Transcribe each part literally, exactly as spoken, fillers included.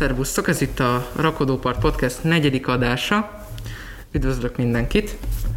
Szervusztok, ez itt a Rakodópart Podcast negyedik adása. Üdvözlök mindenkit.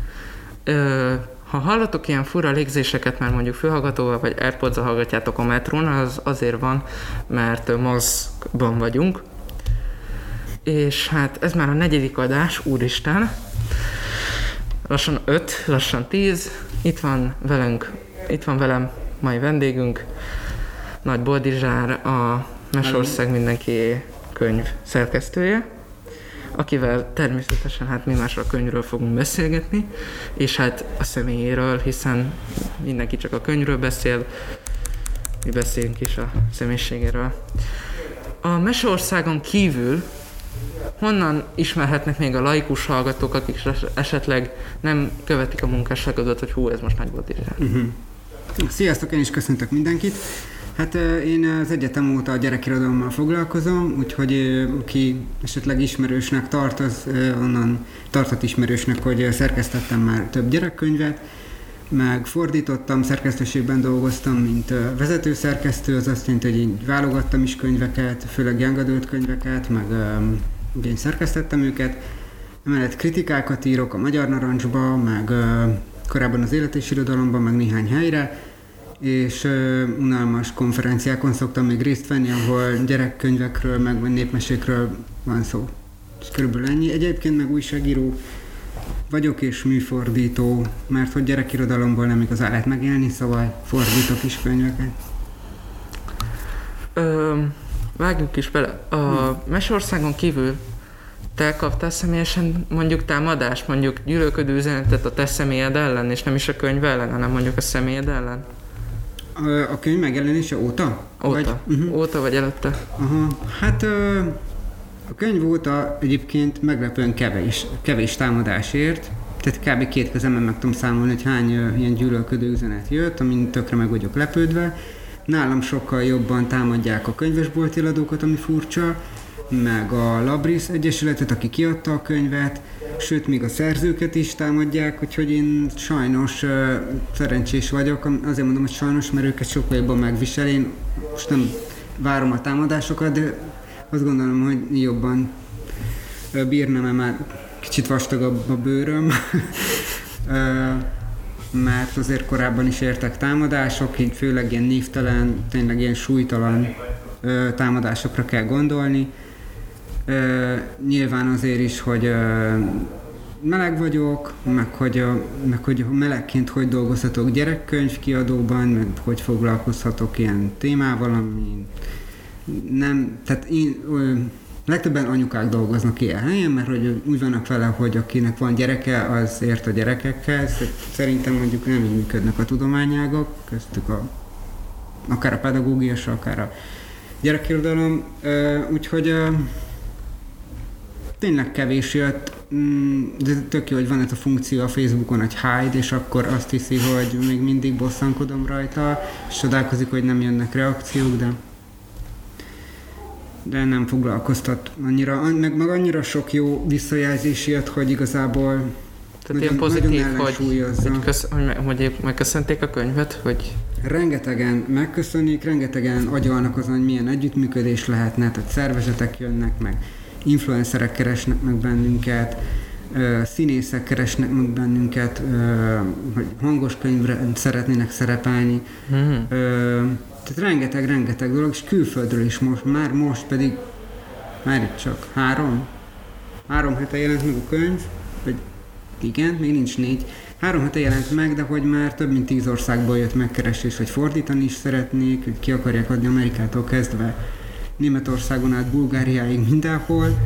Ha hallatok ilyen fura légzéseket, mert mondjuk fülhallgatóval vagy AirPods-al hallgatjátok a metrón, az azért van, mert maszkban vagyunk. És hát ez már a negyedik adás, úristen. Lassan öt, lassan tíz. Itt van velünk, itt van velem mai vendégünk, Nagy Boldizsár, a Mesország mindenki könyv szerkesztője, akivel természetesen hát mi másról a könyvről fogunk beszélgetni, és hát a személyéről, hiszen mindenki csak a könyvről beszél, mi beszélünk is a személyiségéről. A Mesországon kívül honnan ismerhetnek még a laikus hallgatók, akik esetleg nem követik a munkásságodat, hogy hú, ez most Nagy Boldizsár? Uh-huh. Sziasztok, én is köszöntök mindenkit. Hát én az egyetem óta a gyerekirodalommal foglalkozom, úgyhogy aki esetleg ismerősnek tart, az onnan tartott ismerősnek, hogy szerkesztettem már több gyerekkönyvet, meg fordítottam, szerkesztőségben dolgoztam, mint vezetőszerkesztő, az azt jelenti, hogy én válogattam is könyveket, főleg young adult könyveket, meg ugye én szerkesztettem őket. Emellett kritikákat írok a Magyar Narancsba, meg korábban az Élet és Irodalomban, meg néhány helyre, és uh, unalmas konferenciákon szoktam még részt venni, ahol gyerekkönyvekről, meg népmesékről van szó. És körülbelül ennyi. Egyébként meg újságíró vagyok és műfordító, mert hogy gyerekirodalomból nem igazán lehet megélni, szóval fordítok is könyveket. Ö, vágjunk is bele. A hmm. Mesországon kívül te kaptál személyesen mondjuk támadást, mondjuk gyűlölködő üzenetet a te személyed ellen, és nem is a könyv ellen, hanem mondjuk a személyed ellen? A, a könyv megjelenése óta? Óta. Vagy, uh-huh. Óta vagy előtte? Aha. Hát a könyv óta egyébként meglepően kevés, kevés támadásért, tehát kb. Két kezemben meg tudom számolni, hogy hány ilyen gyűlölködő üzenet jött, amin tökre meg vagyok lepődve. Nálam sokkal jobban támadják a könyvesbolti eladókat, ami furcsa, meg a Labris Egyesületet, aki kiadta a könyvet, sőt, még a szerzőket is támadják, úgyhogy én sajnos uh, szerencsés vagyok, azért mondom, hogy sajnos, mert őket sokkal jobban megvisel, én most nem várom a támadásokat, de azt gondolom, hogy jobban uh, bírnám, mert már kicsit vastagabb a bőröm, uh, mert azért korábban is értek támadások, így főleg ilyen névtelen, tényleg ilyen súlytalan uh, támadásokra kell gondolni. Uh, nyilván azért is, hogy uh, meleg vagyok, meg hogy, uh, meg hogy melegként hogy dolgozhatok gyerekkönyvkiadóban, meg hogy foglalkozhatok ilyen témával, ami nem, tehát én, uh, legtöbben anyukák dolgoznak ilyen helyen, mert hogy úgy vannak vele, hogy akinek van gyereke, az ért a gyerekekhez. Szerintem mondjuk nem így működnek a tudományágak, köztük a, akár a pedagógia, akár a gyerekirodalom, uh, úgyhogy uh, tényleg kevés jött, de tök jó, hogy van ez a funkció a Facebookon, hogy hide, és akkor azt hiszi, hogy még mindig bosszankodom rajta, és csodálkozik, hogy nem jönnek reakciók, de, de nem foglalkoztat annyira, meg, meg annyira sok jó visszajelzés jött, hogy igazából tehát nagyon, pozitív, nagyon hogy, hogy, kösz, hogy, hogy megköszönték a könyvet, hogy... Rengetegen megköszönik, rengetegen agyalnak azon, hogy milyen együttműködés lehetne, tehát szervezetek jönnek meg, influencerek keresnek meg bennünket, színészek keresnek meg bennünket, hogy hangos könyvre szeretnének szerepelni. Mm. Tehát rengeteg-rengeteg dolog, és külföldről is most, már most pedig, már itt csak három, három hete jelent meg a könyv, vagy igen, még nincs négy, három hete jelent meg, de hogy már több mint tíz országból jött megkeresés, hogy fordítani is szeretnék, hogy ki akarják adni Amerikától kezdve Németországon át Bulgáriáig, mindenhol,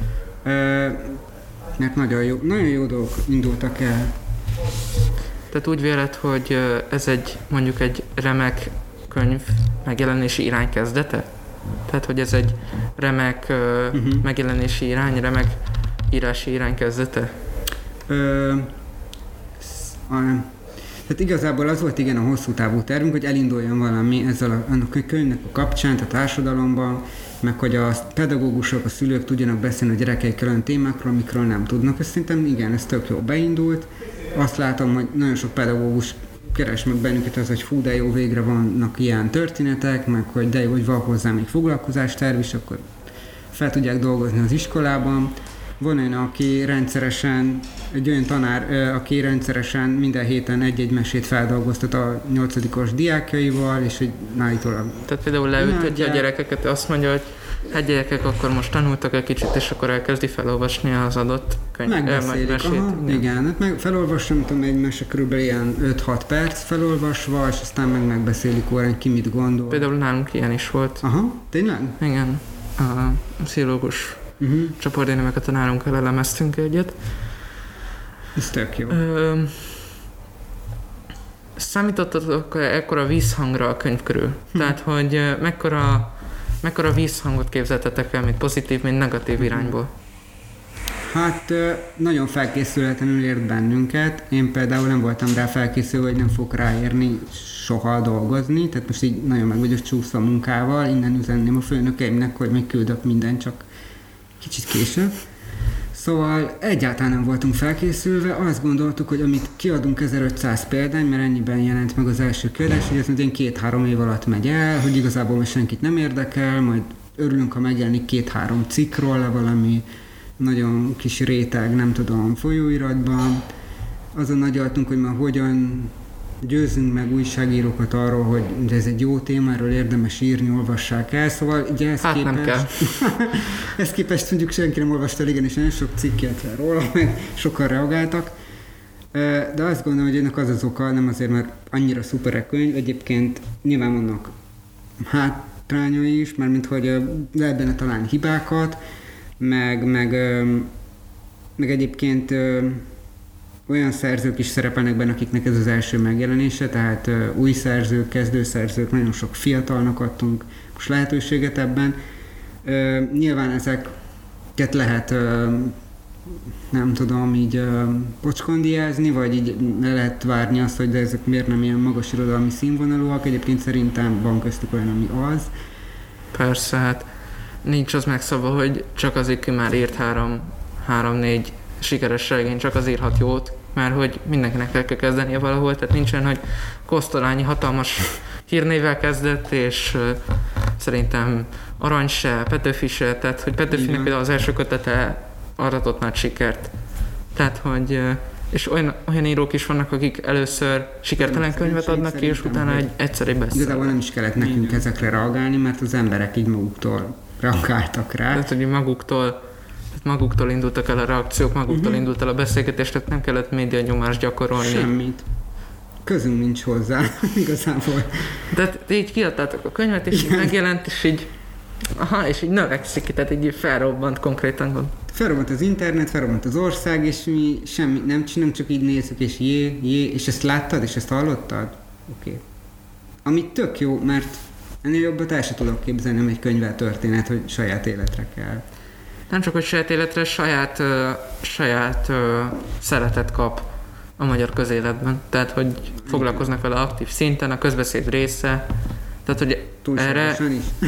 mert nagyon jó, nagyon jó dolgok indultak el. Tehát úgy véled, hogy ez egy mondjuk egy remek könyv megjelenési irány kezdete? Tehát, hogy ez egy remek uh-huh. megjelenési irány, remek írási irány kezdete? Ö, a, Tehát igazából az volt igen a hosszú távú tervünk, hogy elinduljon valami ezzel a, a könyvnek a kapcsán, a társadalomban, meg hogy a pedagógusok, a szülők tudjanak beszélni a gyerekeikkel olyan témákról, amikről nem tudnak. És szerintem igen, ez tök jó beindult. Azt látom, hogy nagyon sok pedagógus keres meg bennünket az, hogy fú, de jó, végre vannak ilyen történetek, meg hogy de jó, hogy van hozzá még foglalkozásterv is, akkor fel tudják dolgozni az iskolában. Van olyan, aki rendszeresen, egy olyan tanár, aki rendszeresen minden héten egy-egy mesét feldolgoztat a nyolcadikos diákjaival, és hogy állítólag... Tehát például leültetja a gyerekeket, azt mondja, hogy hát gyerekek, akkor most tanultak egy kicsit, és akkor elkezdi felolvasni az adott könyvet. Megbeszélik, aha, igen. igen. Hát meg felolvasom, tudom, egy mese körülbelül ilyen öt-hat perc felolvasva, és aztán meg megbeszélik órán, ki mit gondol. Például nálunk ilyen is volt. Aha, tényleg? Igen. A pszichológus uh-huh. csoportdénemeket a nálunk elelemeztünk egyet. Ez tök jó. Ö, számítottatok ekkora vízhangra a könyv körül? Hm. Tehát, hogy mekkora, mekkora vízhangot képzeltetek el, mint pozitív, mint negatív hm. irányból? Hát nagyon felkészületlenül ért bennünket. Én például nem voltam rá felkészülve, hogy nem fog ráérni soha dolgozni, tehát most így nagyon meg vagyok csúszva munkával, innen üzenném a főnökeimnek, hogy megküldök mindent, csak kicsit később. Szóval egyáltalán nem voltunk felkészülve, azt gondoltuk, hogy amit kiadunk ezerötszáz példány, mert ennyiben jelent meg az első kiadás, hogy ez mondjuk két-három év alatt megy el, hogy igazából most senkit nem érdekel, majd örülünk, ha megjelenik két-három cikk róla, valami nagyon kis réteg, nem tudom, folyóiratban. Azon nagyaltunk, hogy már hogyan győzünk meg újságírókat arról, hogy ez egy jó téma, erről érdemes írni, olvassák el, szóval ugye ezt hát képest... nem kell. ezt képest mondjuk senki nem olvasta el, igen, és nagyon sok cikk jött fel róla, meg sokan reagáltak. De azt gondolom, hogy ennek az az oka, nem azért, mert annyira szuper a könyv, egyébként nyilván vannak hátrányai is, mert mint hogy lehet benne találni hibákat, meg, meg, meg egyébként olyan szerzők is szerepelnek benne, akiknek ez az első megjelenése, tehát új szerzők, kezdőszerzők, nagyon sok fiatalnak adtunk most lehetőséget ebben. Nyilván ezeket lehet, nem tudom, így pocskondiázni, vagy így lehet várni azt, hogy de ezek miért nem ilyen magas irodalmi színvonalúak. Egyébként szerintem van köztük olyan, ami az. Persze, hát nincs az megszabva, hogy csak azért, ki már írt három, három-négy sikeres regény, csak az írhat jót, mert hogy mindenkinek el kell kezdenie valahol, tehát nincsen, hogy Kosztolányi hatalmas hírnévvel kezdett, és uh, szerintem Arany se, Petőfi se, tehát hogy Petőfinek például az első kötete aratott nagy sikert. Tehát, hogy uh, és olyan, olyan írók is vannak, akik először sikertelen könyvet adnak ki, és utána egy egyszerű beszél. Igazából nem is kellett nekünk igen. ezekre reagálni, mert az emberek így maguktól reagáltak rá. Tehát, hogy maguktól maguktól indultak el a reakciók, maguktól uh-huh. indult el a beszélgetés, tehát nem kellett média nyomást gyakorolni. Semmit. Közünk nincs hozzá, igazából. De így kiadtátok a könyvet, és így megjelent, és így aha, és így növekszik, tehát így felrobbant konkrétan. Felrobbant az internet, felrobbant az ország, és mi semmit nem csinálunk, csak így nézzük, és jé, jé, és ezt láttad, és ezt hallottad? Oké. Okay. Ami tök jó, mert ennél jobbat el sem tudok képzelni, nem egy könyvvel történet, hogy saját életre kell. Nem csak, hogy saját életre, saját, uh, saját uh, szeretet kap a magyar közéletben. Tehát, hogy foglalkoznak vele aktív szinten, a közbeszéd része. Tehát, hogy erre... is.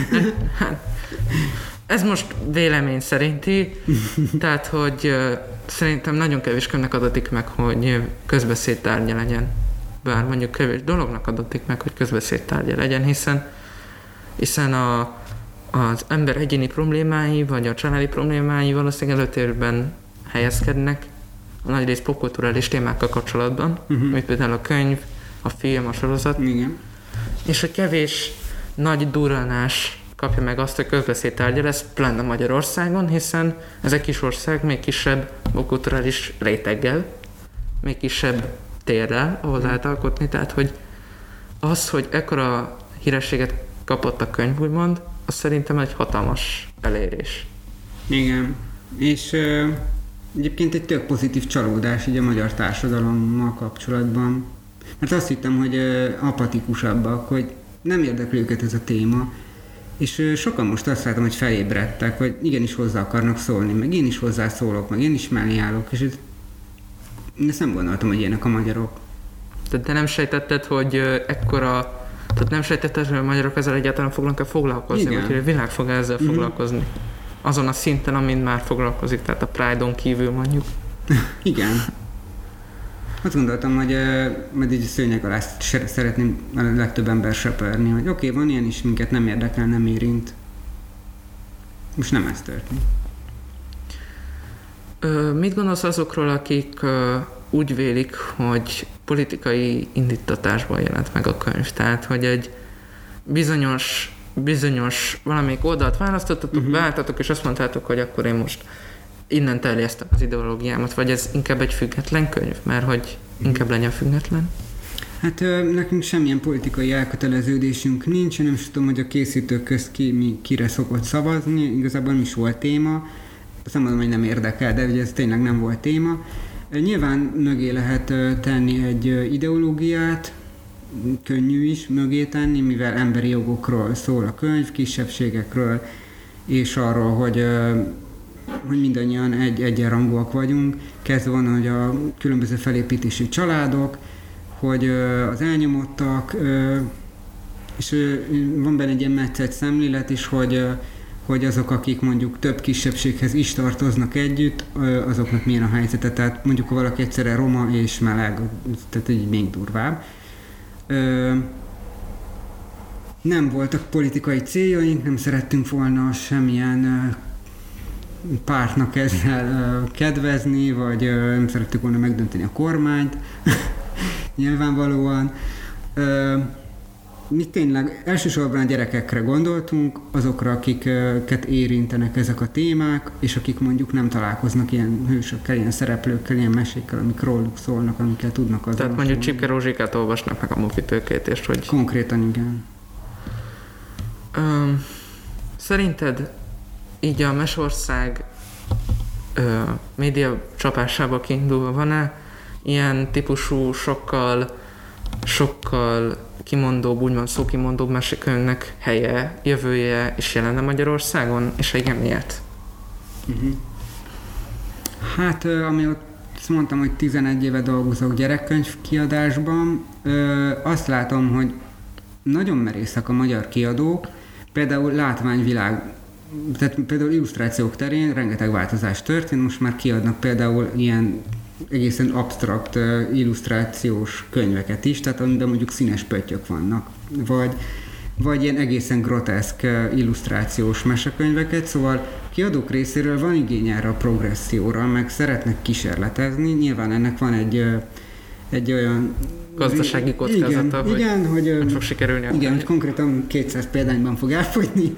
Ez most vélemény szerinti. Tehát, hogy uh, szerintem nagyon kevés könyvnek adatik meg, hogy közbeszéd tárgya legyen. Bár mondjuk kevés dolognak adatik meg, hogy közbeszéd tárgya legyen, hiszen, hiszen a az ember egyéni problémái, vagy a családi problémái valószínűleg előtérben helyezkednek a nagyrészt popkulturális témákkal kapcsolatban, uh-huh. mint például a könyv, a film, a sorozat. Igen. És hogy kevés nagy durranás kapja meg azt, hogy közbeszéd tárgya lesz, pláne Magyarországon, hiszen ez egy kis ország, még kisebb popkulturális réteggel, még kisebb térrel, ahol lehet alkotni, tehát hogy az, hogy ekkora hírességet kapott a könyv, úgymond, az szerintem egy hatalmas elérés. Igen. És uh, egyébként egy tök pozitív csalódás így a magyar társadalommal kapcsolatban. Mert azt hittem, hogy uh, apatikusabbak, hogy nem érdekli őket ez a téma. És uh, sokan most azt látom, hogy felébredtek, hogy igenis hozzá akarnak szólni, meg én is hozzászólok, meg én is mellé állok, és ez, ezt nem gondoltam, hogy ilyenek a magyarok. Tehát te nem sejtetted, hogy uh, ekkora Tehát nem sejtetted, hogy a magyarok ezzel egyáltalán fognak-e foglalkozni, igen. vagy hogy a világ fog ezzel mm-hmm. foglalkozni. Azon a szinten, amin már foglalkozik, tehát a Pride-on kívül mondjuk. Igen. Azt gondoltam, hogy uh, majd így a szőnyeg alá szeretném a legtöbb ember söpörni, hogy oké, okay, van ilyen is, minket nem érdekel, nem érint. most nem ez történt. Ö, mit gondolsz azokról, akik ö, úgy vélik, hogy politikai indítatásban jelent meg a könyv? Tehát, hogy egy bizonyos, bizonyos valamelyik oldalt választottatok, uh-huh. beálltatok, és azt mondtátok, hogy akkor én most innen terjesztem az ideológiámat, vagy ez inkább egy független könyv, mert hogy uh-huh. inkább legyen független? Hát ö, nekünk semmilyen politikai elköteleződésünk nincs, nem is tudom, hogy a készítők közt ki, mi, kire szokott szavazni, igazából nem is volt téma, azt nem mondom, hogy nem érdekel, de ugye ez tényleg nem volt téma. Nyilván mögé lehet tenni egy ideológiát, könnyű is mögé tenni, mivel emberi jogokról szól a könyv, kisebbségekről, és arról, hogy, hogy mindannyian egy, egyenrangúak vagyunk, kezdve van, hogy a különböző felépítésű családok, hogy az elnyomottak, és van benne egy ilyen metszett szemlélet is, hogy hogy azok, akik mondjuk több kisebbséghez is tartoznak együtt, azoknak milyen a helyzete. Tehát mondjuk, ha valaki egyszerre roma és meleg, tehát így még durvább. Nem voltak politikai céljaink, nem szerettünk volna semmilyen pártnak ezzel kedvezni, vagy nem szerettük volna megdönteni a kormányt, nyilvánvalóan. Mi tényleg elsősorban a gyerekekre gondoltunk, azokra, akiket érintenek ezek a témák, és akik mondjuk nem találkoznak ilyen hősökkel, ilyen szereplőkkel, ilyen mesékkel, amik róluk szólnak, amikkel tudnak azonosulni. Tehát mondjuk Csipke Rózsikát olvasnak meg a Mufitőkét, és hogy... Konkrétan igen. Öm, szerinted így a Mesország ö, média csapásába kiindulva van-e ilyen típusú, sokkal, sokkal kimondóbb, úgymond szókimondóbb mesekönyvnek helye, jövője és jelenne Magyarországon? És ha igen, miért? Uh-huh. Hát, ami ott azt mondtam, hogy tizenegy éve dolgozok gyerekkönyv kiadásban, ö, azt látom, hogy nagyon merészek a magyar kiadók, például látványvilág, tehát például illusztrációk terén rengeteg változás történt, most már kiadnak például ilyen egészen absztrakt uh, illusztrációs könyveket is, tehát amiben mondjuk színes pöttyök vannak, vagy, vagy ilyen egészen groteszk uh, illusztrációs mesekönyveket, szóval kiadók részéről van igény erre a progresszióra, meg szeretnek kísérletezni, nyilván ennek van egy, uh, egy olyan gazdasági kockázata, igen, igen, hogy nem fog sikerülni. Igen, hogy konkrétan kétszáz példányban fog elfogyni.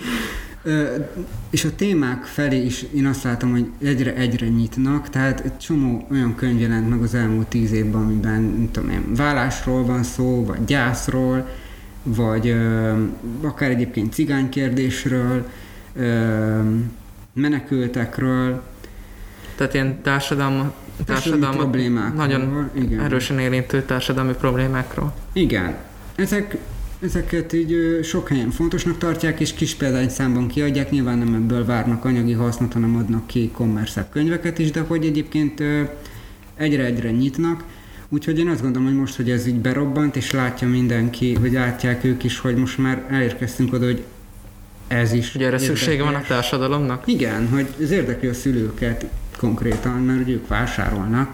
És a témák felé is én azt látom, hogy egyre-egyre nyitnak, tehát egy csomó olyan könyv jelent meg az elmúlt tíz évben, amiben nem tudom én, vállásról van szó, vagy gyászról, vagy ö, akár egyébként cigánykérdésről, ö, menekültekről. Tehát ilyen társadalma, társadalmat nagyon igen. erősen érintő társadalmi problémákról. Igen. Ezek Ezeket így sok helyen fontosnak tartják, és kis példányszámban kiadják, nyilván nem ebből várnak anyagi hasznot, hanem adnak ki kommerszebb könyveket is, de hogy egyébként egyre-egyre nyitnak, úgyhogy én azt gondolom, hogy most, hogy ez így berobbant, és látja mindenki, vagy látják ők is, hogy most már elérkeztünk oda, hogy ez is ugye erre szüksége van a társadalomnak? Igen, hogy ez érdekli a szülőket konkrétan, mert ők vásárolnak.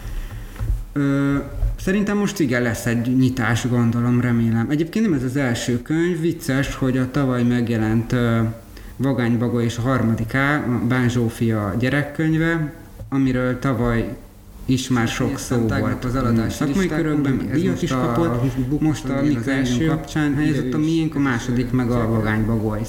Ö, Szerintem most igen, lesz egy nyitás, gondolom, remélem. Egyébként nem ez az első könyv, vicces, hogy a tavaly megjelent uh, Vagány Bagoly és a harmadik A, a Bán Zsófia gyerekkönyve, amiről tavaly is már sok szó volt az eladási szakmai körökben, díjat is kapott, most a mi első kapcsán helyezett a miénk, a második meg a Vagány Bagoly.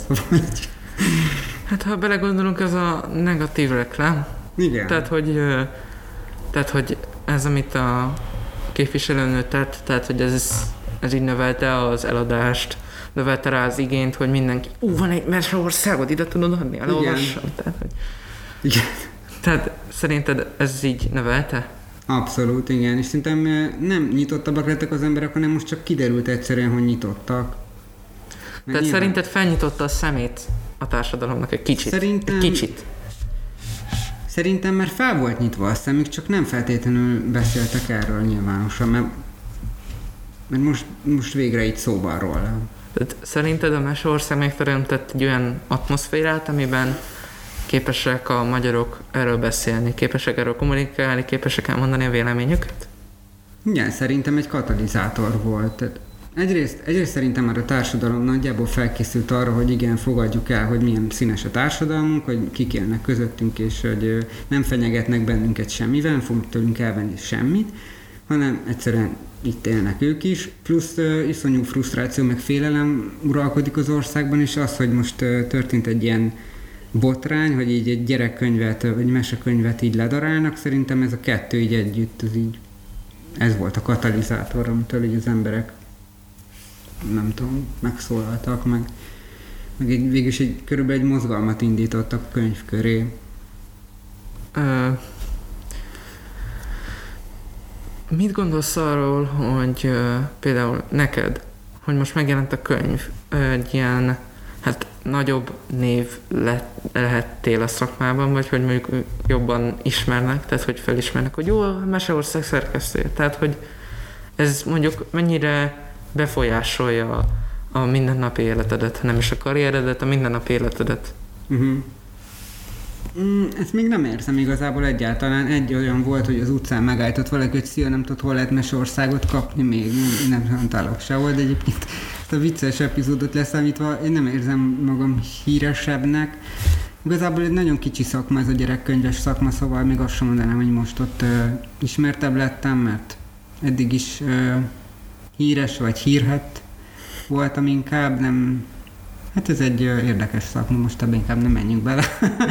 Hát ha belegondolunk, ez a negatív reklám. Igen. Tehát, hogy, tehát, hogy ez, amit a képviselőnő tett, tehát, hogy ez, ez így növelte az eladást, növelte rá az igényt, hogy mindenki, ú, van egy Mesországod, ide tudod adni, elolvassam. Tehát, hogy, igen. Tehát szerinted ez így növelte? Abszolút, igen. És szerintem nem nyitottabbak lettek az emberek, hanem most csak kiderült egyszerűen, hogy nyitottak. Mert Tehát nyilván... szerinted felnyitotta a szemét a társadalomnak egy kicsit? Szerintem... Egy kicsit. Szerintem már fel volt nyitva a szemük, csak nem feltétlenül beszéltek erről nyilvánosan, mert, mert most, most végre így szó van róla. Tehát szerinted a Mesország megteremtett egy olyan atmoszférát, amiben képesek a magyarok erről beszélni, képesek erről kommunikálni, képesek elmondani a véleményüket? Igen, szerintem egy katalizátor volt. Tehát egyrészt, egyrészt szerintem már a társadalom nagyjából felkészült arra, hogy igen, fogadjuk el, hogy milyen színes a társadalmunk, hogy kik élnek közöttünk, és hogy nem fenyegetnek bennünket semmivel, nem fogunk tőlünk elvenni semmit, hanem egyszerűen itt élnek ők is, plusz uh, iszonyú frusztráció, meg félelem uralkodik az országban, és az, hogy most uh, történt egy ilyen botrány, hogy így egy gyerekkönyvet, vagy mesekönyvet így ledarálnak, szerintem ez a kettő így együtt, ez így, ez volt a katalizátor, amitől így az emberek, nem tudom, megszólaltak, meg, meg egy, végülis egy, körülbelül egy mozgalmat indítottak a könyv köré. Uh, mit gondolsz arról, hogy uh, például neked, hogy most megjelent a könyv, egy ilyen, hát nagyobb név le, lehettél a szakmában, vagy hogy mondjuk jobban ismernek, tehát hogy felismernek, hogy jó, a Meseország szerkesztője. Tehát, hogy ez mondjuk mennyire befolyásolja a mindennapi életedet, nem is a karrieredet, a mindennapi életedet. Uh-huh. Mm, ezt még nem érzem igazából egyáltalán. Egy olyan volt, hogy az utcán megállított valaki, hogy szia, nem tudod, hol lehet Meseországot kapni még. Nem, nem találok sehol, de egyébként ezt a vicces epizódot leszámítva én nem érzem magam híresebbnek. Igazából egy nagyon kicsi szakma ez a gyerekkönyves szakma, szóval még azt sem mondanám, hogy most ott uh, ismertebb lettem, mert eddig is uh, híres vagy hírhet voltam inkább, nem... Hát ez egy uh, érdekes szakma, most ebben inkább nem menjünk bele.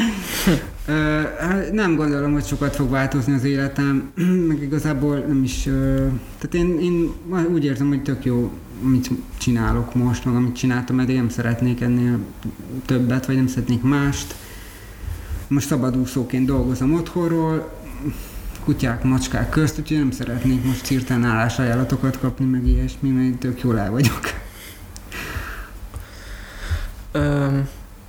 uh, nem gondolom, hogy sokat fog változni az életem, meg igazából nem is... Uh, tehát én, én úgy érzem, hogy tök jó, amit csinálok most, meg amit csináltam eddig, nem szeretnék ennél többet, vagy nem szeretnék mást. Most szabadúszóként dolgozom otthonról, kutyák, macskák közt, úgyhogy nem szeretnék most hirtelen állásajánlatokat kapni, meg ilyesmi, mert tök jól el vagyok. Um,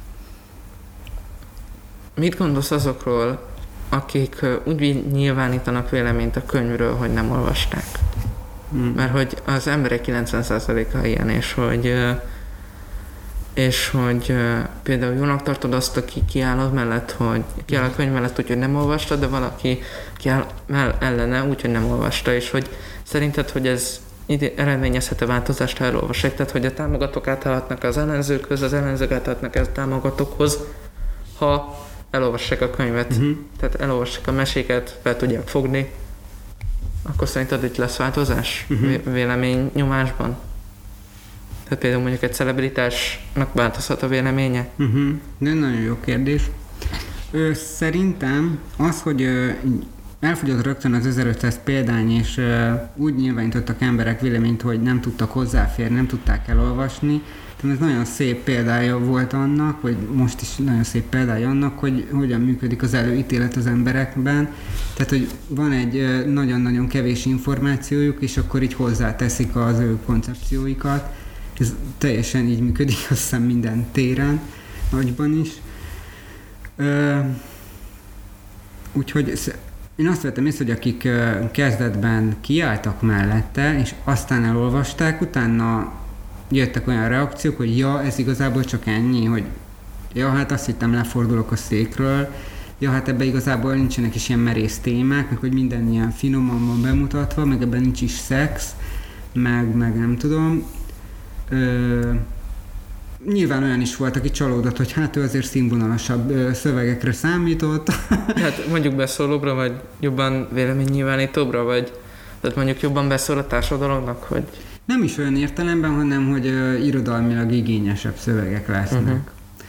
mit gondolsz azokról, akik úgy nyilvánítanak véleményt a könyvről, hogy nem olvasták? Hmm. Mert hogy az emberek kilencven százaléka ilyen, és hogy, és hogy például jónak tartod azt, aki kiáll mellett, hogy kiáll a könyv mellett, úgyhogy nem olvasta, de valaki kiáll ellene, úgyhogy nem olvasta, és hogy szerinted, hogy ez eredményezhet a változást, ha elolvassák, tehát hogy a támogatók átállhatnak az ellenzőkhöz, az ellenzők átállhatnak a támogatókhoz, ha elolvassák a könyvet, uh-huh. tehát elolvassák a meséket, fel tudják fogni, akkor szerinted itt lesz változás uh-huh. vélemény nyomásban? Tehát például mondjuk egy celebritásnak változhat a véleménye? Uh-huh. De nagyon jó kérdés. Ö, szerintem az, hogy ö, elfogyott rögtön az ezerötszáz példány, és ö, úgy nyilvánítottak emberek véleményt, hogy nem tudtak hozzáférni, nem tudták elolvasni. Tehát ez nagyon szép példája volt annak, vagy most is nagyon szép példája annak, hogy hogyan működik az előítélet az emberekben. Tehát, hogy van egy ö, nagyon-nagyon kevés információjuk, és akkor így hozzáteszik az ő koncepcióikat. Ez teljesen így működik, azt hiszem minden téren, nagyban is. Ö, úgyhogy én azt vettem észre, hogy akik kezdetben kiálltak mellette, és aztán elolvasták, utána jöttek olyan reakciók, hogy ja, ez igazából csak ennyi, hogy ja, hát azt hittem, lefordulok a székről, ja, hát ebben igazából nincsenek is ilyen merész témák, meg hogy minden ilyen finoman van bemutatva, meg ebben nincs is szex, meg, meg nem tudom. Ö, nyilván olyan is volt, aki csalódott, hogy hát ő azért színvonalasabb ö, szövegekre számított. Hát mondjuk beszólóbbra, vagy jobban véleménynyilvánítóbbra, vagy tehát mondjuk jobban beszól a társadalomnak, hogy... Nem is olyan értelemben, hanem hogy ö, irodalmilag igényesebb szövegek lesznek. Uh-huh.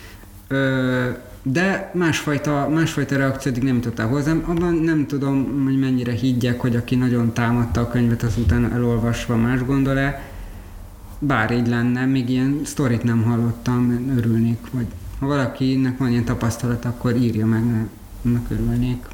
Ö, de másfajta, másfajta reakció eddig nem jutottál hozzám. Abban nem tudom, hogy mennyire higgyek, hogy aki nagyon támadta a könyvet, azután elolvasva más gondol-e. Bár így lenne, még ilyen sztorit nem hallottam, örülnék, vagy ha valakinek van ilyen tapasztalat, akkor írja meg, meg örülnék.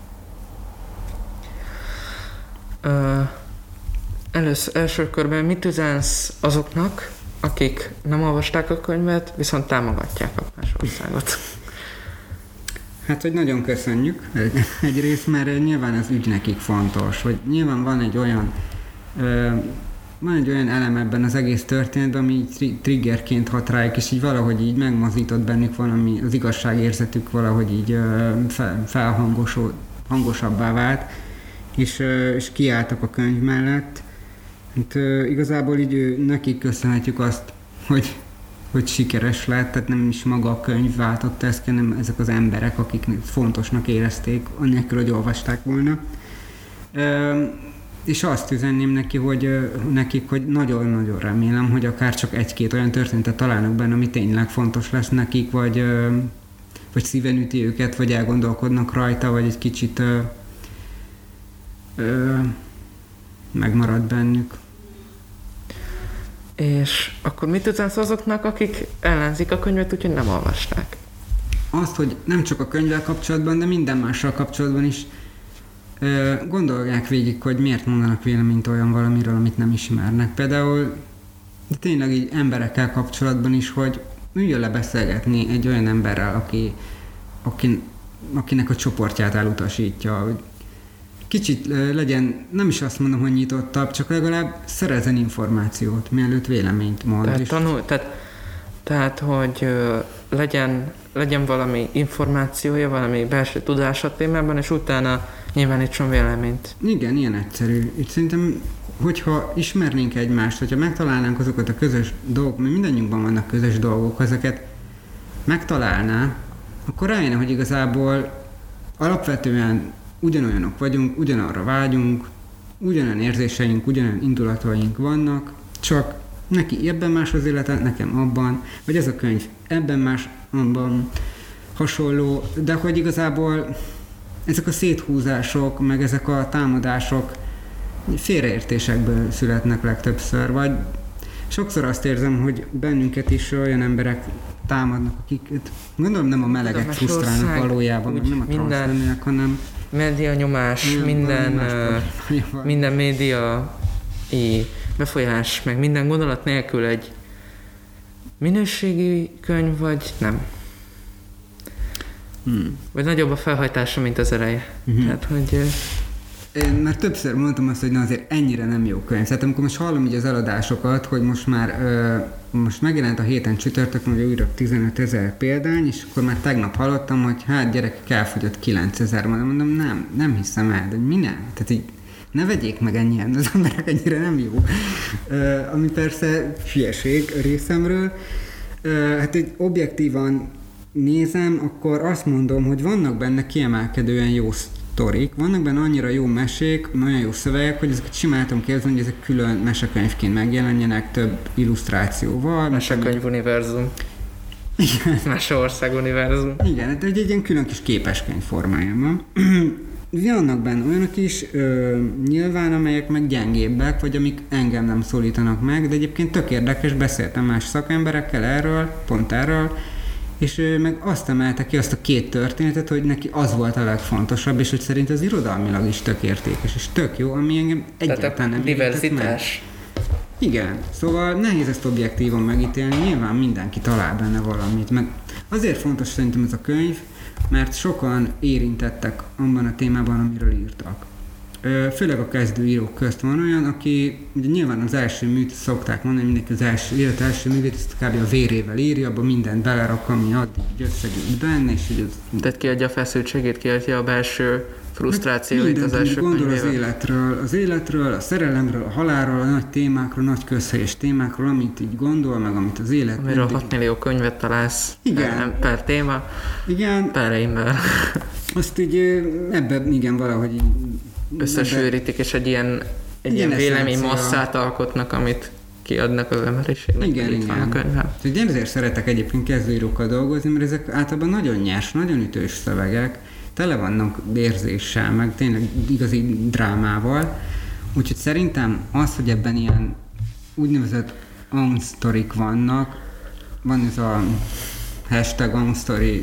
Uh, először, első körben mit üzensz azoknak, akik nem olvasták a könyvet, viszont támogatják a Meseországot? Hát, hogy nagyon köszönjük egyrészt, mert nyilván az ügy nekik fontos, hogy nyilván van egy olyan ö, van egy olyan elem ebben az egész történetben, ami tri- triggerként hat rájuk, és így valahogy így megmozított bennük valami, az igazságérzetük valahogy így ö, fel, felhangosabbá vált, és, ö, és kiálltak a könyv mellett. Hát, ö, igazából így ö, nekik köszönhetjük azt, hogy, hogy sikeres lett, tehát nem is maga a könyv váltotta ezt, hanem ezek az emberek, akik fontosnak érezték, annélkül, hogy olvasták volna. Ö, és azt üzenném neki, hogy, ö, nekik, hogy nagyon-nagyon remélem, hogy akár csak egy-két olyan történetet találnak benne, ami tényleg fontos lesz nekik, vagy, ö, vagy szíven üti őket, vagy elgondolkodnak rajta, vagy egy kicsit ö, ö, megmarad bennük. És akkor mit üzensz azoknak, akik ellenzik a könyvet, úgyhogy nem olvasták? Azt, hogy nem csak a könyvvel kapcsolatban, de minden mással kapcsolatban is ö, gondolják végig, hogy miért mondanak véleményt olyan valamiről, amit nem ismernek. Például tényleg így emberekkel kapcsolatban is, hogy üljön le beszélgetni egy olyan emberrel, aki, aki, akinek a csoportját elutasítja, hogy kicsit ö, legyen, nem is azt mondom, hogy nyitottabb, csak legalább szerezzen információt, mielőtt véleményt mond. Tehát, és... tanul, tehát, tehát hogy ö, legyen, legyen valami információja, valami belső tudása témában, és utána nyilvánítson véleményt. Igen, ilyen egyszerű. Itt szerintem, hogyha ismernénk egymást, hogyha megtalálnánk azokat a közös dolgok, mert mindannyiunkban vannak közös dolgok, ezeket megtalálná, akkor rájönne, hogy igazából alapvetően ugyanolyanok vagyunk, ugyanarra vágyunk, ugyanolyan érzéseink, ugyanolyan indulataink vannak, csak neki ebben más az élete, nekem abban, vagy ez a könyv ebben más, abban hasonló, de hogy igazából ezek a széthúzások, meg ezek a támadások félreértésekből születnek legtöbbször, vagy sokszor azt érzem, hogy bennünket is olyan emberek támadnak, akiket gondolom nem a melegek frusztrálnak valójában, úgy, nem a transzneműek, hanem média nyomás, nem, minden, uh, minden média befolyás, meg minden gondolat nélkül egy minőségi könyv, vagy nem. Hmm. Vagy nagyobb a felhajtása, mint az ereje. Hmm. Tehát, hogy... Én már többször mondtam azt, hogy na azért ennyire nem jó könyv. Tehát amikor most hallom így az eladásokat, hogy most már uh, most megjelent a héten csütörtökön, hogy újra tizenöt ezer példány, és akkor már tegnap hallottam, hogy hát gyerekek, elfogyott kilencezer, mondom, nem, nem hiszem el, de mi nem? Tehát így ne vegyék meg ennyien, az emberek ennyire nem jó. Uh, ami persze hülyeség a részemről. Uh, hát egy objektívan nézem, akkor azt mondom, hogy vannak benne kiemelkedően jó sztorik, vannak benne annyira jó mesék, olyan jó szövegek, hogy ezeket simán tudom képzelni, hogy ezek külön mesekönyvként megjelenjenek több illusztrációval. Mesekönyv univerzum. Igen. Meseország univerzum. Igen, de egy, egy ilyen külön kis képeskönyv formájában. Vannak benne olyanok is, ö, nyilván, amelyek meg gyengébbek, vagy amik engem nem szólítanak meg, de egyébként tök érdekes, beszéltem más szakemberekkel erről, pont erről, és ő meg azt emelte ki, azt a két történetet, hogy neki az volt a legfontosabb, és hogy szerint az irodalmilag is tök értékes, és tök jó, ami engem egyáltalán nem diverzitás. Igen, szóval nehéz ezt objektívan megítélni, nyilván mindenki talál benne valamit, meg azért fontos szerintem ez a könyv, mert sokan érintettek abban a témában, amiről írtak. Főleg a kezdőírók közt van olyan, aki ugye nyilván az első műt szokták mondani, mindenki az első, élet első művét, ezt kb. A vérével írja, abban mindent belerak, ami addig összegyűjt benne, és így az... Tehát kiadja a feszültségét, kiadja a belső frusztrációit az első gondol könyvével. az életről, az életről, a szerelemről, a halálról, a nagy témákról, nagy közhelyes témákról, amit így gondol, meg amit az élet... Amiről eddig... hat millió könyvet találsz. Igen. Per, per téma. Igen. Per ember. Azt így ebben, igen, valahogy így... Összesűrítik, és egy ilyen, egy ilyen vélemény masszát alkotnak, amit kiadnak az emberiségnek. Igen, itt igen. van a könyvem. Én ezért szeretek egyébként kezdőírókkal dolgozni, mert ezek általában nagyon nyers, nagyon ütős szövegek, tele vannak érzéssel, meg tényleg igazi drámával. Úgyhogy szerintem az, hogy ebben ilyen úgynevezett angsztorik vannak, van ez a hashtag angsztori,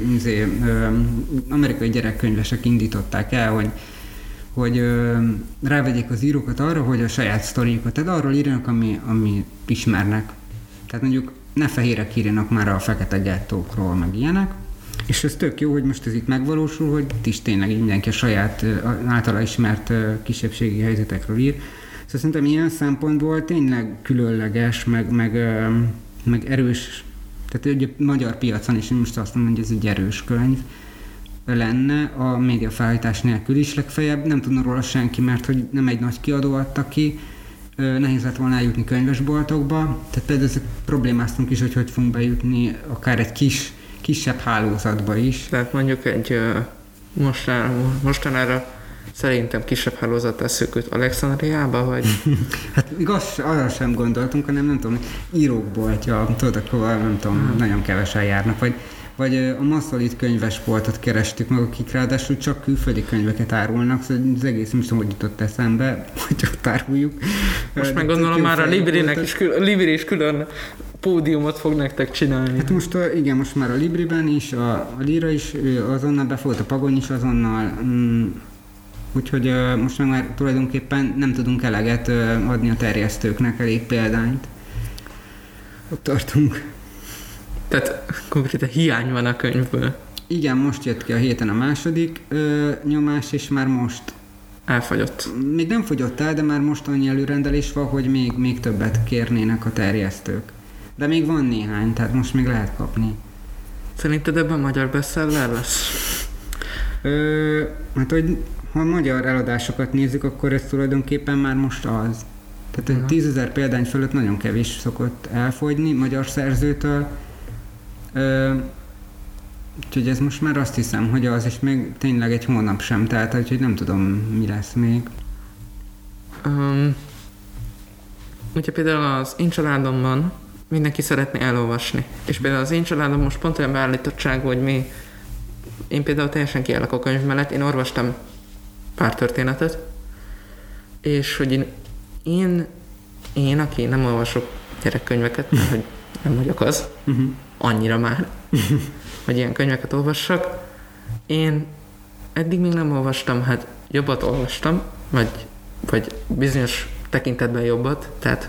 amerikai gyerekkönyvesek indították el, hogy hogy ö, rávegyék az írókat arra, hogy a saját sztoriukat, tehát arról írjanak, ami, ami ismernek. Tehát mondjuk ne fehérek írjanak már a fekete gettókról, meg ilyenek. És ez tök jó, hogy most ez itt megvalósul, hogy itt is tényleg mindenki a saját általa ismert kisebbségi helyzetekről ír. Szóval szerintem ilyen szempontból tényleg különleges, meg, meg, meg erős, tehát ugye a magyar piacon is most azt mondom, hogy ez egy erős könyv lenne a médiafelhajtás nélkül is legfeljebb, nem tudna róla senki, mert hogy nem egy nagy kiadó adta ki, nehéz lett volna eljutni könyvesboltokba, tehát például ezek problémáztunk is, hogy hogy fogunk bejutni akár egy kis, kisebb hálózatba is. Tehát mondjuk egy mostan, mostanára szerintem kisebb hálózattá szűkült Alexandriába, vagy? Hát igaz, arra sem gondoltunk, hanem nem tudom, írókboltja, tudod, akkor nem tudom, hmm. nagyon kevesen járnak, vagy, vagy a Masszolit könyvesboltot kerestük meg, akik ráadásul csak külföldi könyveket árulnak, szóval az egész nem tudom, hogy jutott eszembe, hogy ott áruljuk. Most meg gondolom már a Librinek is, külön, a Libri is külön pódiumot fog nektek csinálni. Hát most a, igen, most már a Libriben is, a, a Lira is azonnal befolyt, a Pagony is azonnal, mm, úgyhogy uh, most meg már tulajdonképpen nem tudunk eleget uh, adni a terjesztőknek elég példányt. Ott tartunk. Tehát konkrétan hiány van a könyvből. Igen, most jött ki a héten a második uh, nyomás, és már most elfogyott. Még nem fogyott el, de már most annyi előrendelés van, hogy még, még többet kérnének a terjesztők. De még van néhány, tehát most még lehet kapni. Szerinted ebben magyar bestseller lesz? Ö, hát, hogy ha a magyar eladásokat nézzük, akkor ez tulajdonképpen már most az. Tehát uh-huh. tízezer példány fölött nagyon kevés szokott elfogyni magyar szerzőtől. Ö, úgyhogy ez most már azt hiszem, hogy az, és még tényleg egy hónap sem, tehát úgyhogy nem tudom, mi lesz még. Um, ugye például az én családomban mindenki szeretné elolvasni. És például az én családom most pont olyan beállítottságú, hogy mi, én például teljesen kiállok a könyv mellett, én olvastam pár történetet, és hogy én, én, én aki nem olvasok gyerekkönyveket, mert hogy nem vagyok az, annyira már, hogy ilyen könyveket olvassak, én eddig még nem olvastam, hát jobbat olvastam, vagy, vagy bizonyos tekintetben jobbat, tehát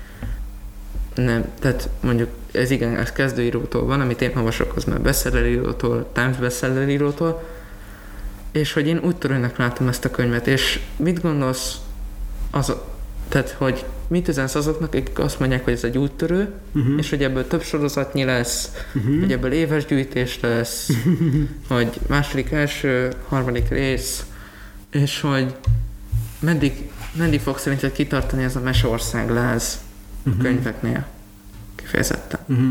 nem, tehát mondjuk ez igen, ez kezdőírótól van, amit én olvasok, az már bestsellerírótól, Times bestsellerírótól, és hogy én úttörőnek látom ezt a könyvet, és mit gondolsz, az, tehát hogy mit üzensz azoknak, akik azt mondják, hogy ez egy úttörő, uh-huh. és hogy ebből több sorozatnyi lesz, uh-huh. hogy ebből éves gyűjtés lesz, hogy második, első, harmadik rész, és hogy meddig, meddig fog szerinted kitartani ez a Meseország láz uh-huh. a könyveknél kifejezetten. Uh-huh.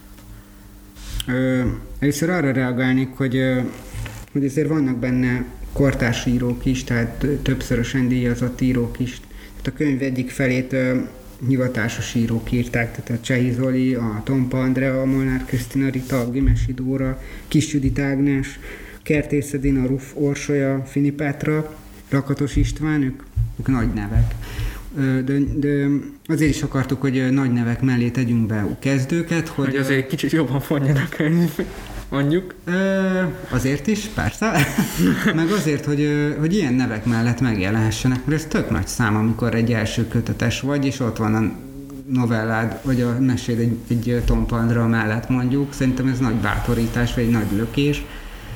Ö, először arra reagálnék, hogy, ö, hogy azért vannak benne kortárs írók is, tehát többszörösen díjazott írók is. Tehát a könyv egyik felét ö, hivatásos írók írták, tehát a Csehi Zoli, a Tompa Andrea, a Molnár Krisztina Rita, a Gimesi Dóra, Kis Judit Ágnes, Kertész Edina, Ruf Orsolya, Fini Petra, Lakatos István, ők, ők nagy nevek. De, de azért is akartuk, hogy nagy nevek mellé tegyünk be kezdőket, hogy... Hogy azért kicsit jobban fonjanak könyv, mondjuk. Azért is, persze. Meg azért, hogy, hogy ilyen nevek mellett megjelenhessenek, mert ez tök nagy szám, amikor egy első kötetes vagy, és ott van a novellád, vagy a meséd egy, egy Tompa Andrea mellett mondjuk. Szerintem ez nagy bátorítás, vagy egy nagy lökés.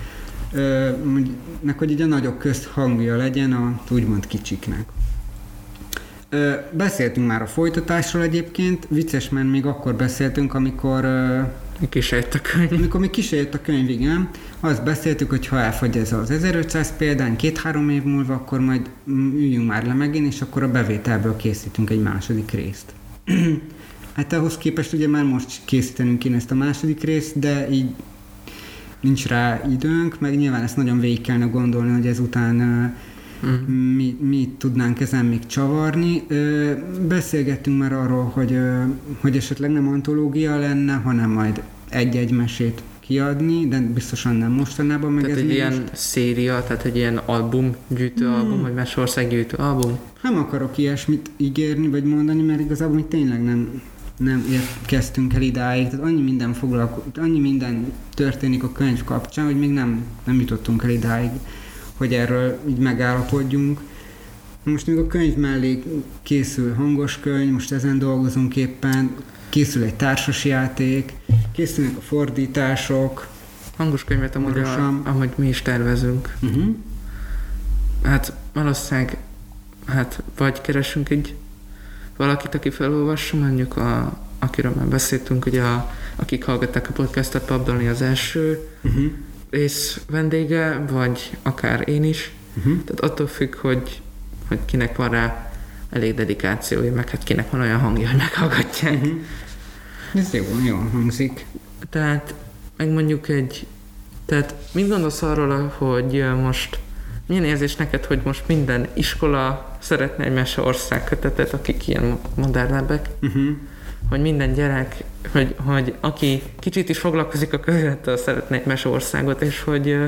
Meg hogy így a nagyok közt hangja legyen a úgymond kicsiknek. Ö, beszéltünk már a folytatásról egyébként, vicces, mert még akkor beszéltünk, amikor... Ö, kisejött a könyv. Amikor még kisejött a könyv, igen. Azt beszéltük, hogy ha elfogy ez az ezerötszáz példány két-három év múlva, akkor majd üljünk már le megint, és akkor a bevételből készítünk egy második részt. Hát ahhoz képest ugye már most készítenünk én ezt a második részt, de így nincs rá időnk, meg nyilván ezt nagyon végig kellene gondolni, hogy ezután... Uh, mi, mi tudnánk ezen még csavarni. Ö, beszélgettünk már arról, hogy, ö, hogy esetleg nem antológia lenne, hanem majd egy-egy mesét kiadni, de biztosan nem mostanában. Meg tehát ez egy ilyen most... széria, tehát egy ilyen album, gyűjtő hmm. album, vagy Meseország gyűjtő album? Nem akarok ilyesmit ígérni, vagy mondani, mert igazából mi tényleg nem, nem érkeztünk el idáig. Tehát annyi minden foglalko- annyi minden történik a könyv kapcsán, hogy még nem, nem jutottunk el idáig, hogy erről így megállapodjunk. Most még a könyv mellé készül hangos könyv, most ezen dolgozunk éppen, készül egy társasjáték, készülnek a fordítások. Hangos könyvet amúgy, a, ahogy mi is tervezünk. Uh-huh. Hát valószínűleg, hát vagy keresünk egy valakit, aki felolvassa, mondjuk a, akiről már beszéltünk, ugye a, akik hallgatták a podcastot, Pabdolni az első, uh-huh. rész vendége, vagy akár én is. Uh-huh. Tehát attól függ, hogy, hogy kinek van rá elég dedikációja, meg hát kinek van olyan hangja, hogy meghallgatják. Uh-huh. Ez jó, jó hangzik. Tehát meg mondjuk egy... Tehát mit gondolsz arról, hogy most milyen érzés neked, hogy most minden iskola szeretne egy Meseország kötetet, akik ilyen modernebbek, uh-huh. hogy minden gyerek, hogy, hogy aki kicsit is foglalkozik a könyvettel, szeretne egy Meseországot, és hogy,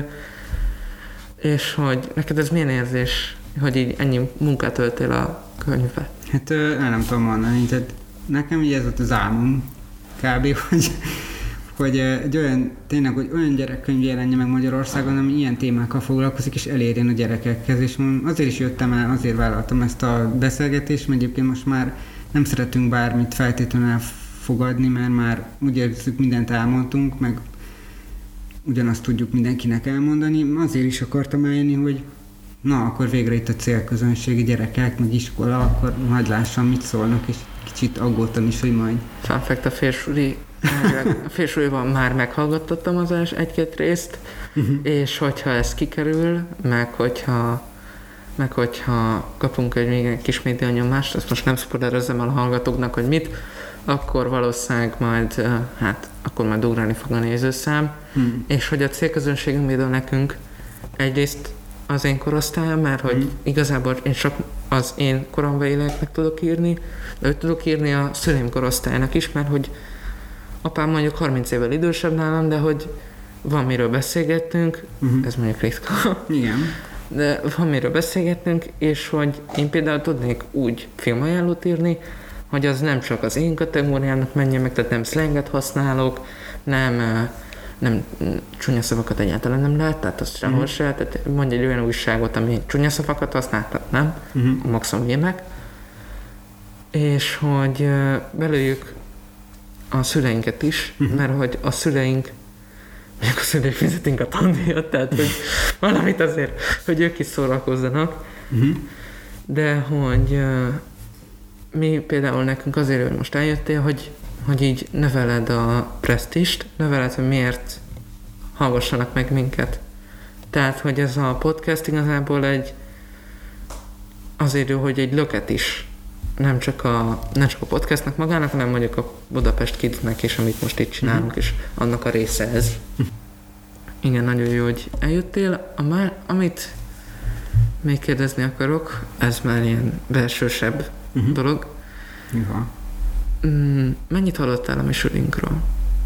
és hogy neked ez milyen érzés, hogy így ennyi munkát öltél a könyvbe? Hát nem tudom mondani, tehát nekem így ez volt az álmom kb. hogy, hogy egy olyan, tényleg, hogy olyan gyerekkönyv jelenje meg Magyarországon, ami ilyen témákkal foglalkozik, és elérjen a gyerekekhez, és azért is jöttem el, azért vállaltam ezt a beszélgetést, mert egyébként most már nem szeretünk bármit feltétlenül elfogadni, mert már úgy érzük, mindent elmondtunk, meg ugyanazt tudjuk mindenkinek elmondani. Azért is akartam eljönni, hogy na, akkor végre itt a célközönségi gyerekek, meg iskola, akkor majd lássam, mit szólnak, és kicsit aggódtam is, hogy majd. Fun fact, a félsúlyi, a félsúlyban már meghallgattattam az els egy-két részt, uh-huh. és hogyha ez kikerül, meg hogyha, meg hogyha kapunk egy még egy kis média nyomást, azt most nem spoilerezem el a hallgatóknak, hogy mit, akkor valószínűleg majd, hát, akkor majd ugrani fog a nézőszám, hmm. és hogy a célközönségünk például nekünk egyrészt az én korosztályom, mert hogy hmm. igazából én csak az én koromba éleknek tudok írni, de hogy tudok írni a szüleim korosztálynak is, mert hogy apám mondjuk harminc évvel idősebb nálam, de hogy van miről beszélgettünk, uh-huh. ez mondjuk ritka. Igen. De van miről beszélgettünk, és hogy én például tudnék úgy filmajánlót írni, hogy az nem csak az én kategóriának menjen meg, tehát nem szlenget használok, nem, nem csúnya szavakat egyáltalán nem lehet, tehát azt sehol uh-huh. se, tehát mondj egy olyan újságot, ami csúnya szavakat használ, tehát nem, uh-huh. maximum mémek, és hogy belőjük a szüleinket is, uh-huh. mert hogy a szüleink, mondjuk a szüleink fizetünk a tandíjat, tehát hogy valamit azért, hogy ők is szórakozzanak, uh-huh. de hogy uh, mi például nekünk azért, hogy most eljöttél, hogy, hogy így növeled a presztist, növeled, hogy miért hallgassanak meg minket. Tehát, hogy ez a podcast igazából egy azért jó, hogy egy löket is nem csak a, nem csak a podcastnak magának, hanem mondjuk a Budapest Kidsnek is, amit most itt csinálunk, uh-huh. és annak a része ez. Igen, nagyon jó, hogy eljöttél. A már, amit még kérdezni akarok, ez már ilyen belsősebb uh-huh. dolog. Ja. Mm, mennyit hallottál a mi sulinkról?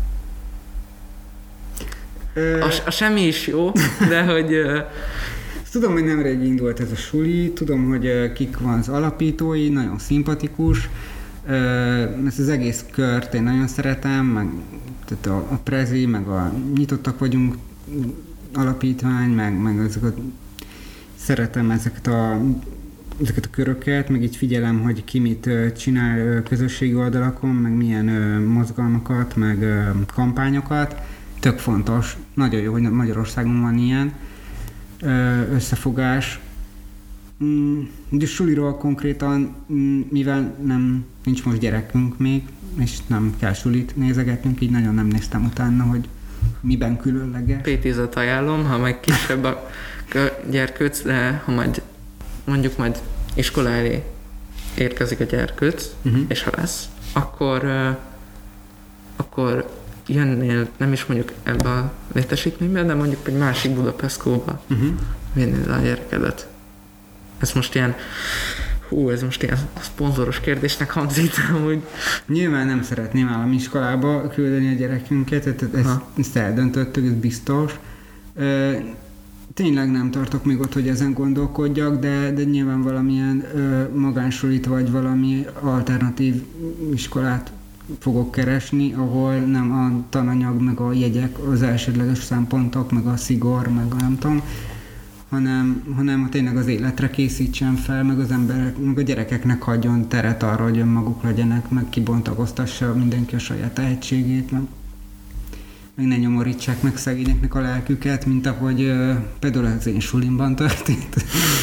Ö... A, a semmi is jó, de hogy... Tudom, hogy nemrég indult ez a suli, tudom, hogy kik van az alapítói, nagyon szimpatikus. Ezt az egész kört én nagyon szeretem, meg tehát a, a Prezi, meg a Nyitottak vagyunk alapítvány, meg, meg ezeket, szeretem ezeket a, ezeket a köröket, meg így figyelem, hogy ki mit csinál közösségi oldalakon, meg milyen mozgalmakat, meg kampányokat. Tök fontos, nagyon jó, hogy Magyarországon van ilyen összefogás. De suliról konkrétan, mivel nem, nincs most gyerekünk még, és nem kell sulit nézegetnünk, így nagyon nem néztem utána, hogy miben különleges. pé tízet ajánlom, ha meg kisebb a gyerkőc, de ha majd mondjuk majd iskola elé érkezik a gyerkőc, uh-huh. és ha lesz, akkor, uh, akkor jönnél, nem is mondjuk ebbe a létesítménybe, de mondjuk egy másik Budapeszkóba uh-huh. vinnél a gyerekedet. Ez most ilyen, hú, ez most ilyen szponzoros kérdésnek hangzik, hogy... Nyilván nem szeretném állami iskolába küldeni a gyerekünket, tehát ezt, ezt eldöntöttük, ez biztos. Tényleg nem tartok még ott, hogy ezen gondolkodjak, de, de nyilván valamilyen magánsulit vagy valami alternatív iskolát fogok keresni, ahol nem a tananyag, meg a jegyek, az elsődleges szempontok, meg a szigor, meg a nem tudom, hanem, hanem tényleg az életre készítsen fel, meg az emberek, meg a gyerekeknek hagyjon teret arra, hogy önmaguk legyenek, meg kibontakoztassa mindenki a saját tehetségét, meg, meg ne nyomorítsák meg szegényeknek a lelküket, mint ahogy uh, például az én sulimban történt.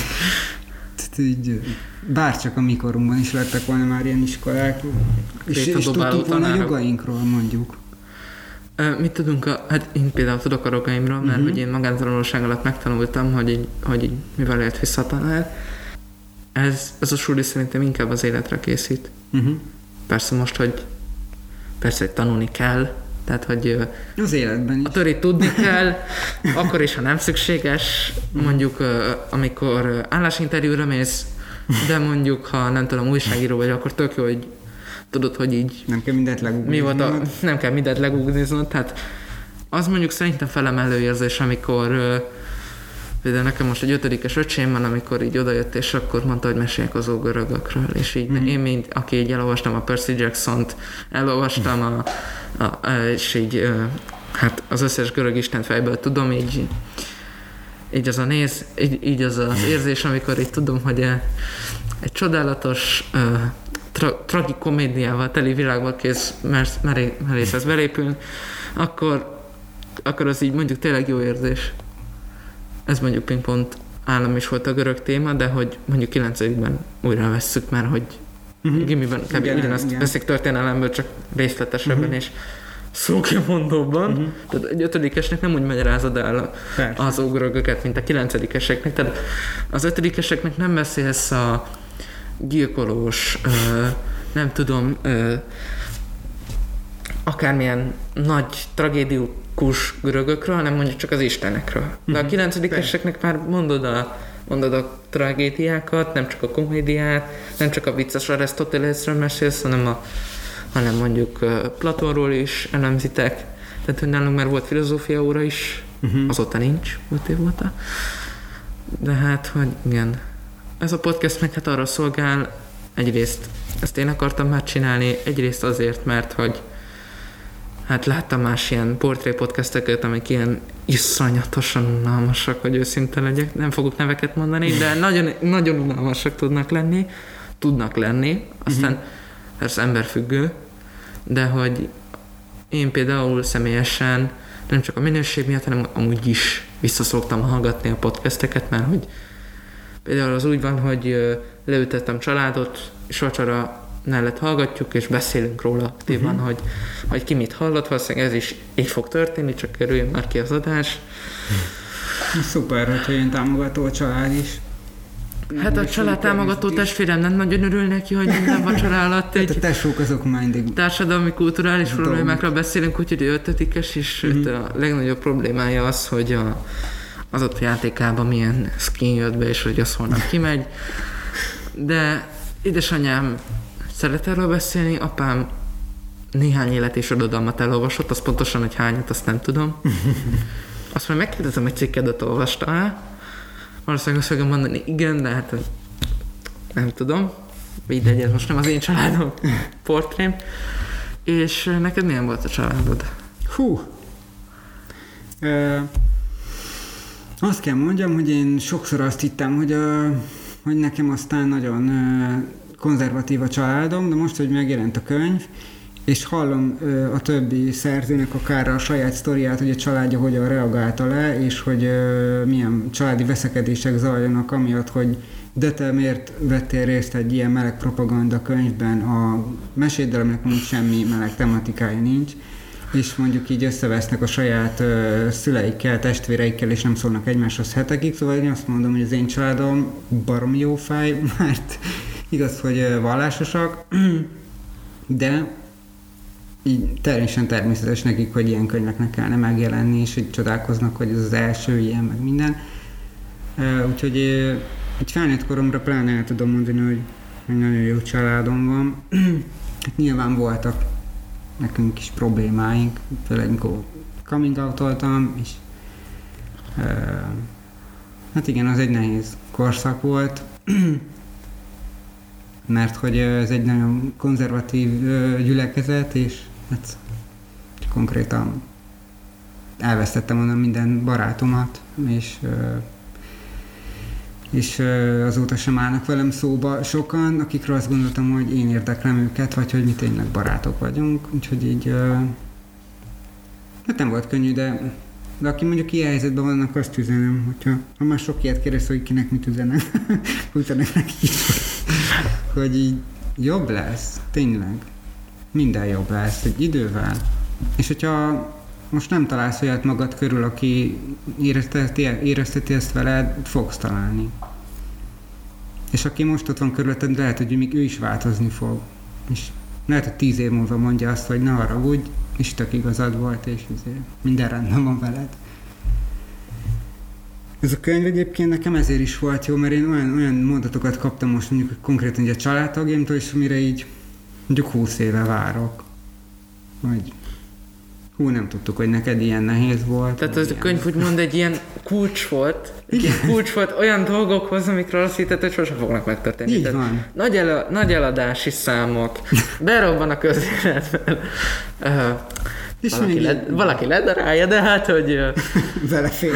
Így, bárcsak a mikorunkban is lettek volna már ilyen iskolák, és, és tudtuk volna a jogainkról, mondjuk. Uh, mit tudunk? A, hát én például tudok a jogaimról, mert uh-huh. hogy én magántanulóság alatt megtanultam, hogy így, hogy így mivel élt vissza a tanár, ez, ez a suli szerintem inkább az életre készít. Uh-huh. Persze most, hogy persze, hogy tanulni kell, tehát, hogy az életben is. A törét tudni kell, akkor is, ha nem szükséges, mondjuk amikor állásinterjúra mész, de mondjuk, ha nem tudom, újságíró vagy, akkor tök jó, hogy tudod, hogy így... Nem kell mindent legugniznod. Mi volt a, nem kell mindent legugniznod, tehát az mondjuk szerintem felemelő érzés, amikor például nekem most egy ötödikes öcsém van, amikor így odajött, és akkor mondta, hogy meséljek az ógörögökről, és így mm. én, mint aki így elolvastam a Percy Jackson-t, elolvastam a, a, a, és így hát az összes görög istent fejből tudom, így így az a néz, így, így az az érzés, amikor így tudom, hogy egy csodálatos tra, tragikomédiával teli világba kész merészhez belépünk, akkor, akkor az így mondjuk tényleg jó érzés. Ez mondjuk pingpont állam is volt a görög téma, de hogy mondjuk kilencedikben újra vesszük, mert hogy uh-huh. gimiben kb. Ugyanazt veszik történelemből, csak részletesebben uh-huh. és szókimondóban. Uh-huh. Tehát egy ötödikesnek nem úgy magyarázod el Persze. az ógörögöket, mint a kilencedikeseknek. Tehát az ötödikeseknek nem beszélsz a gyilkolós, ö, nem tudom, ö, akármilyen nagy tragédikus görögökről, hanem mondjuk csak az istenekről. De a kilencedikeseknek már mondod a, mondod a tragédiákat, nem csak a komédiát, nem csak a vicces Arisztotelesről mesélsz, hanem, a, hanem mondjuk Platonról is elemzitek. Tehát, hogy nálunk már volt filozófia óra is, uh-huh. azóta nincs, öt év óta. De hát, hogy igen. Ez a podcast meg hát arra szolgál, egyrészt ezt én akartam már csinálni, egyrészt azért, mert hogy hát láttam más ilyen portré podcasteket, amik ilyen iszonyatosan unalmasak, hogy őszinte legyek. Nem fogok neveket mondani, de nagyon, nagyon unalmasak tudnak lenni. Tudnak lenni. Aztán uh-huh. persze emberfüggő, de hogy én például személyesen nem csak a minőség miatt, hanem amúgy is visszaszoktam hallgatni a podcasteket, mert hogy például az úgy van, hogy leültettem családot, és vacsora mellett hallgatjuk, és beszélünk róla aktívan, uh-huh. hogy, hogy ki mit hallott, valószínűleg ez is így fog történni, csak kerüljön már ki az adás. Szuper, hogyha ilyen támogató a család is. Hát a család támogató testvérem nem nagyon örül neki, hogy minden vacsora alatt egy a tesók azok mindig társadalmi, kulturális problémákról beszélünk, úgyhogy ő ötödikes, és uh-huh. a legnagyobb problémája az, hogy a, az ott játékában milyen skin jött be, és hogy az holnap kimegy. De édesanyám szeret erről beszélni, apám néhány élet és irodalmat elolvasott, az pontosan, hogy hányat, azt nem tudom. Azt már megkérdezem, hogy cikkedet olvastál. Valószínűleg azt fogom mondani, igen, de hát nem tudom. Mindegy, ez most nem az én családom portrém. És neked milyen volt a családod? Hú. Ö, azt kell mondjam, hogy én sokszor azt hittem, hogy, ö, hogy nekem aztán nagyon ö, konzervatív a családom, de most, hogy megjelent a könyv, és hallom ö, a többi szerzőnek akár a saját sztoriát, hogy a családja hogyan reagálta le, és hogy ö, milyen családi veszekedések zajlanak, amiatt, hogy de te miért vettél részt egy ilyen meleg propaganda könyvben, a meséddel, aminek úgy semmi meleg tematikája nincs, és mondjuk így összevesznek a saját ö, szüleikkel, testvéreikkel, és nem szólnak egymáshoz hetekig, szóval én azt mondom, hogy az én családom baromi jó fáj, mert igaz, hogy vallásosak, de így teljesen természetes nekik, hogy ilyen könyveknek kellene megjelenni, és hogy csodálkoznak, hogy ez az első ilyen, meg minden. Úgyhogy egy felnőtt koromra pláne el tudom mondani, hogy nagyon jó családom van. Nyilván voltak nekünk is problémáink, főleg amikor coming out-oltam, és hát igen, az egy nehéz korszak volt, mert hogy ez egy nagyon konzervatív gyülekezet, és hát konkrétan elvesztettem onnan minden barátomat, és, és azóta sem állnak velem szóba sokan, akikről azt gondoltam, hogy én érdeklem őket, vagy hogy mi tényleg barátok vagyunk, úgyhogy így hát nem volt könnyű, de, de aki mondjuk ilyen helyzetben vannak, azt üzenem, hogyha ha már sok ilyet kérdez, hogy kinek mit üzenem, üzenek neki is, hogy így jobb lesz, tényleg. Minden jobb lesz, egy idővel. És hogyha most nem találsz olyat magad körül, aki érezteti, érezteti ezt veled, fogsz találni. És aki most ott van körülötted, lehet, hogy még ő is változni fog. És lehet, hogy tíz év múlva mondja azt, hogy ne haragudj, és tök igazad volt, és minden rendben van veled. Ez a könyv egyébként nekem ezért is volt jó, mert én olyan, olyan mondatokat kaptam most mondjuk konkrétan a családtagjaimtól, és amire így mondjuk húsz éve várok. Hogy hú, nem tudtuk, hogy neked ilyen nehéz volt. Tehát ez a könyv úgymond egy ilyen kulcs volt, egy ilyen kulcs volt olyan dolgokhoz, amikről azt hitted, hogy sosem fognak megtörténni. Így Tehát van. Nagy, el, nagy eladási számok, berobban a közéletben. Uh, És valaki, még le, valaki ledarálja, de hát, hogy... Belefér.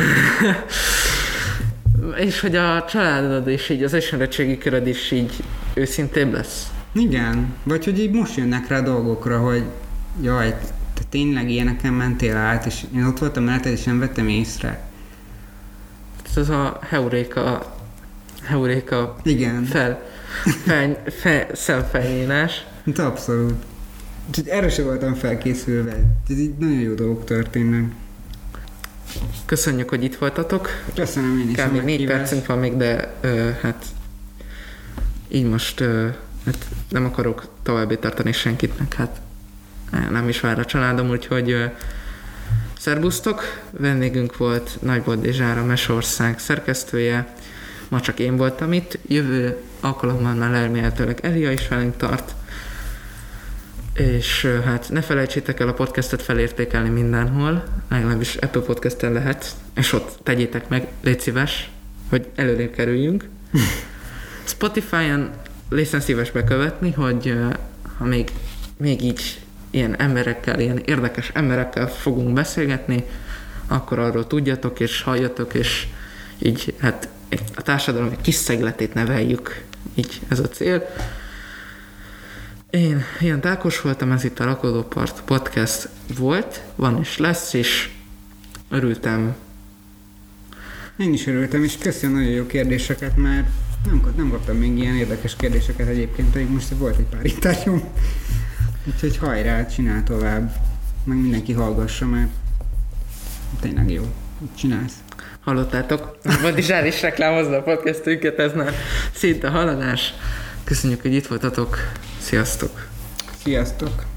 És hogy a családod és így az ismeretségi köröd is így őszintébb lesz. Igen. Vagy hogy így most jönnek rá dolgokra, hogy jaj, te tényleg ilyeneken mentél át, és én ott voltam mellett, és nem vettem észre. Ez a heuréka, heuréka Igen. fel, fel, fel, szemfelnyínás. Hát abszolút. Úgyhogy erre sem voltam felkészülve. Ez így nagyon jó dolgok történnek. Köszönjük, hogy itt voltatok. Köszönöm én is a Kb. négy meghívást. percünk van még, de ö, hát így most ö, hát nem akarok további tartani senkit, meg hát nem is vár a családom, úgyhogy ö, szerbusztok! Vendégünk volt Nagybolt Dézsára, Mesország szerkesztője. Ma csak én voltam itt. Jövő alkalommal már elméletileg Elia is velünk tart. És ö, hát ne felejtsétek el a podcastet felértékelni mindenhol, legalábbis Apple Podcasten lehet, és ott tegyétek meg, légy szíves, hogy előrébb kerüljünk. Spotify-on lészen szíves bekövetni, hogy ö, ha még, még így ilyen emberekkel, ilyen érdekes emberekkel fogunk beszélgetni, akkor arról tudjatok és halljatok, és így hát a társadalom egy kis szegletét neveljük, így ez a cél. Én ilyen Ákos voltam, ez itt a Rakodópart podcast volt, van és lesz, és örültem. Én is örültem, és köszönöm nagyon jó kérdéseket, mert nem, nem kaptam még ilyen érdekes kérdéseket egyébként, pedig most volt egy pár interjúm. Úgyhogy hajrá, csinál tovább, meg mindenki hallgassa, mert tényleg jó, csinálsz. Hallottátok? Boldizsár is reklámozza a podcastünket, ez már szinte haladás. Köszönjük, hogy itt voltatok. Sziasztok! Sziasztok!